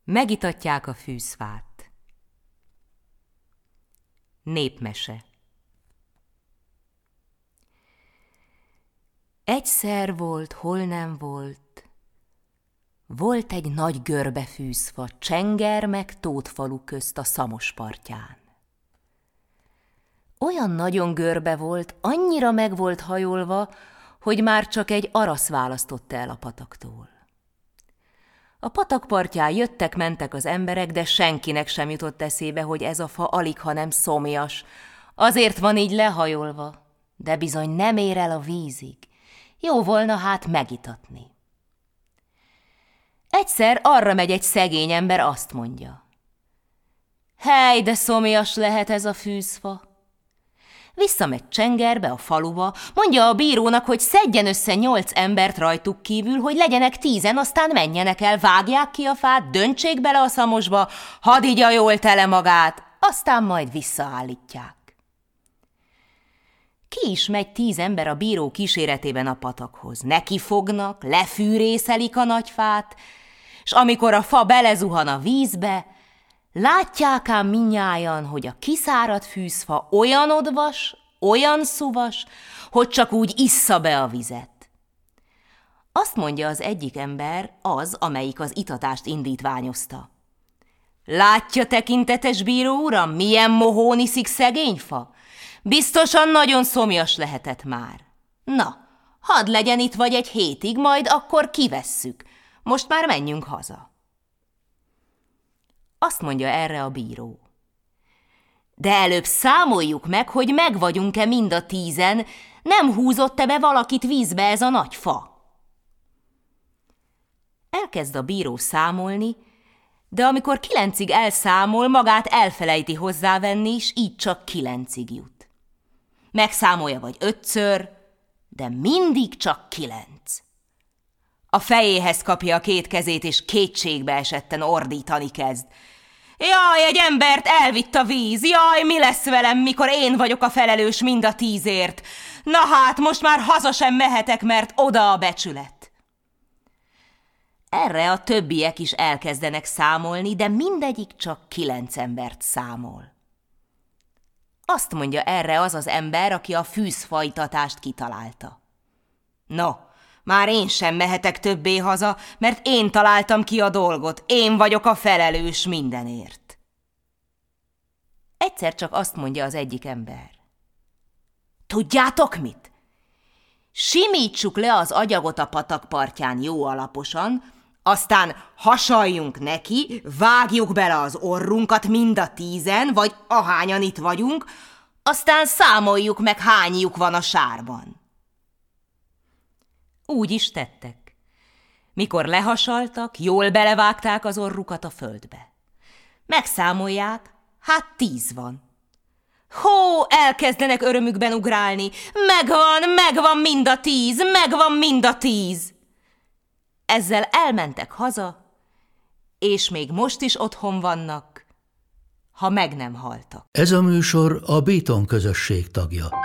Megitatják a fűzfát. Népmese. Egyszer volt, hol nem volt, volt egy nagy görbe fűzfa, Csenger meg Tótfalu közt a Szamos partján. Olyan nagyon görbe volt, annyira meg volt hajolva, hogy már csak egy arasz választotta el a pataktól. A patak partján jöttek-mentek az emberek, de senkinek sem jutott eszébe, hogy ez a fa aligha nem szomjas. Azért van így lehajolva, de bizony nem ér el a vízig. Jó volna hát megitatni. Egyszer arra megy egy szegény ember, azt mondja: hely, de szomjas lehet ez a fűzfa. Visszamegy Csengerbe, a faluba, mondja a bírónak, hogy szedjen össze 8 embert rajtuk kívül, hogy legyenek 10, aztán menjenek el, vágják ki a fát, döntsék bele a Szamosba, hadd igya jól tele magát, aztán majd visszaállítják. Ki is megy 10 ember a bíró kíséretében a patakhoz. Neki fognak, lefűrészelik a nagy fát, s amikor a fa belezuhan a vízbe, látják ám mindnyájan, hogy a kiszáradt fűzfa olyan odvas, olyan szuvas, hogy csak úgy issza be a vizet. Azt mondja az egyik ember, az, amelyik az itatást indítványozta: látja, tekintetes bíró uram, milyen mohón iszik szegény fa? Biztosan nagyon szomjas lehetett már. Na, hadd legyen itt vagy egy hétig, majd akkor kivesszük. Most már menjünk haza. Azt mondja erre a bíró: de előbb számoljuk meg, hogy megvagyunk-e mind a 10, nem húzott-e be valakit vízbe ez a nagy fa. Elkezd a bíró számolni, de amikor 9-ig elszámol, magát elfelejti hozzávenni, és így csak 9-ig jut. Megszámolja vagy 5-ször, de mindig csak 9. A fejéhez kapja a 2 kezét, és kétségbe esetten ordítani kezd: jaj, egy embert elvitt a víz, jaj, mi lesz velem, mikor én vagyok a felelős mind a 10-ért? Na hát, most már haza sem mehetek, mert oda a becsület. Erre a többiek is elkezdenek számolni, de mindegyik csak 9 embert számol. Azt mondja erre az az ember, aki a fűzfajtatást kitalálta: no, már én sem mehetek többé haza, mert én találtam ki a dolgot, én vagyok a felelős mindenért. Egyszer csak azt mondja az egyik ember: tudjátok mit? Simítsuk le az agyagot a patak partján jó alaposan, aztán hasaljunk neki, vágjuk bele az orrunkat mind a 10, vagy ahányan itt vagyunk, aztán számoljuk meg, hány lyuk van a sárban. Úgy is tettek. Mikor lehasaltak, jól belevágták az orrukat a földbe. Megszámolják, hát 10 van. Hó, elkezdenek örömükben ugrálni. Megvan mind a 10, megvan mind a 10. Ezzel elmentek haza, és még most is otthon vannak, ha meg nem haltak. Ez a műsor a Béton közösség tagja.